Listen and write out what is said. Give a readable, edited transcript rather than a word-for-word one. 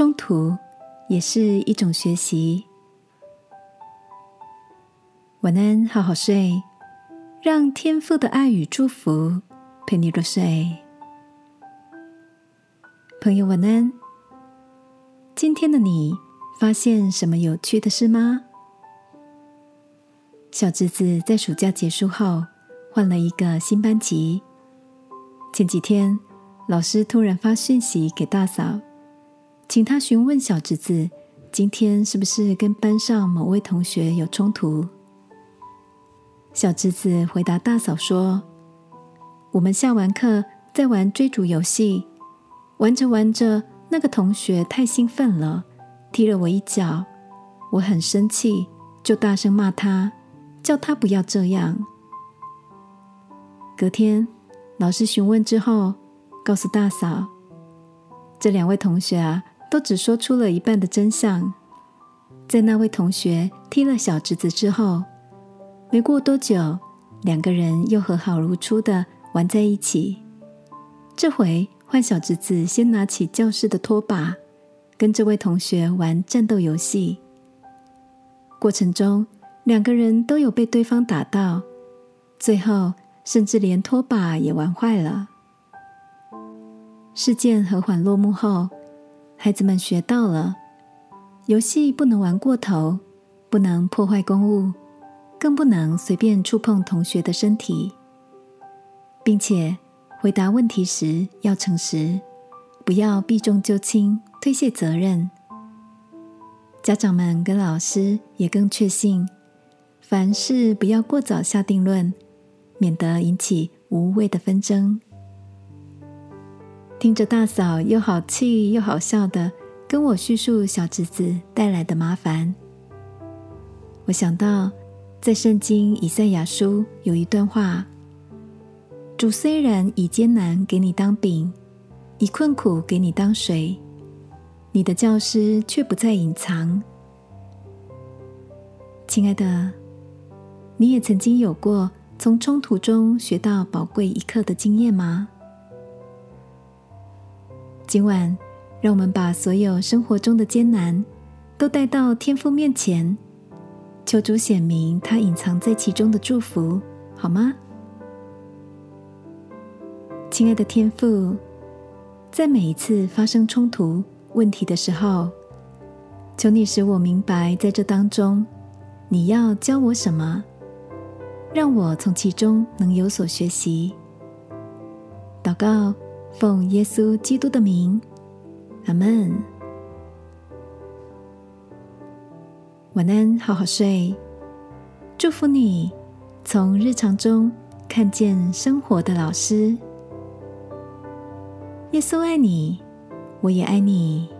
冲突也是一种学习。晚安，好好睡，让天父的爱与祝福陪你入睡。朋友晚安。今天的你发现什么有趣的事吗？小侄子在暑假结束后换了一个新班级。前几天老师突然发讯息给大嫂，请他询问小侄子今天是不是跟班上某位同学有冲突。小侄子回答大嫂说，我们下完课在玩追逐游戏，玩着玩着那个同学太兴奋了，踢了我一脚，我很生气，就大声骂他，叫他不要这样。隔天老师询问之后告诉大嫂，这两位同学都只说出了一半的真相。在那位同学踢了小侄子之后，没过多久，两个人又和好如初的玩在一起。这回换小侄子先拿起教室的拖把，跟这位同学玩战斗游戏。过程中，两个人都有被对方打到，最后甚至连拖把也玩坏了。事件和缓落幕后，孩子们学到了，游戏不能玩过头，不能破坏公物，更不能随便触碰同学的身体，并且回答问题时要诚实，不要避重就轻，推卸责任。家长们跟老师也更确信，凡事不要过早下定论，免得引起无谓的纷争。听着大嫂又好气又好笑的跟我叙述小侄子带来的麻烦，我想到在圣经以赛亚书有一段话，主虽然以艰难给你当饼，以困苦给你当水，你的教师却不再隐藏。亲爱的，你也曾经有过从冲突中学到宝贵一课的经验吗？今晚让我们把所有生活中的艰难都带到天父面前，求主显明他隐藏在其中的祝福，好吗？亲爱的天父，在每一次发生冲突问题的时候，求你使我明白在这当中你要教我什么，让我从其中能有所学习。祷告奉耶稣基督的名，阿们。晚安，好好睡。祝福你从日常中看见生活的老师。耶稣爱你，我也爱你。